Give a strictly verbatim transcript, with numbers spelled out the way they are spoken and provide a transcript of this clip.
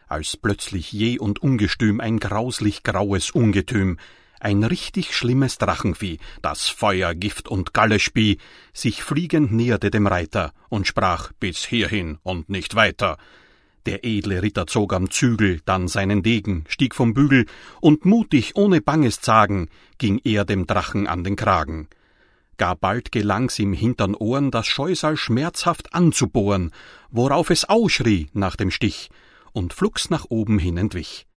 als plötzlich jäh und ungestüm ein grauslich graues Ungetüm, ein richtig schlimmes Drachenvieh, das Feuer, Gift und Galle spie, sich fliegend näherte dem Reiter und sprach: »Bis hierhin und nicht weiter.« Der edle Ritter zog am Zügel, dann seinen Degen, stieg vom Bügel, und mutig, ohne banges Zagen, ging er dem Drachen an den Kragen. Gar bald gelang's ihm hintern Ohren, das Scheusal schmerzhaft anzubohren, worauf es Au schrie nach dem Stich und flugs nach oben hin entwich.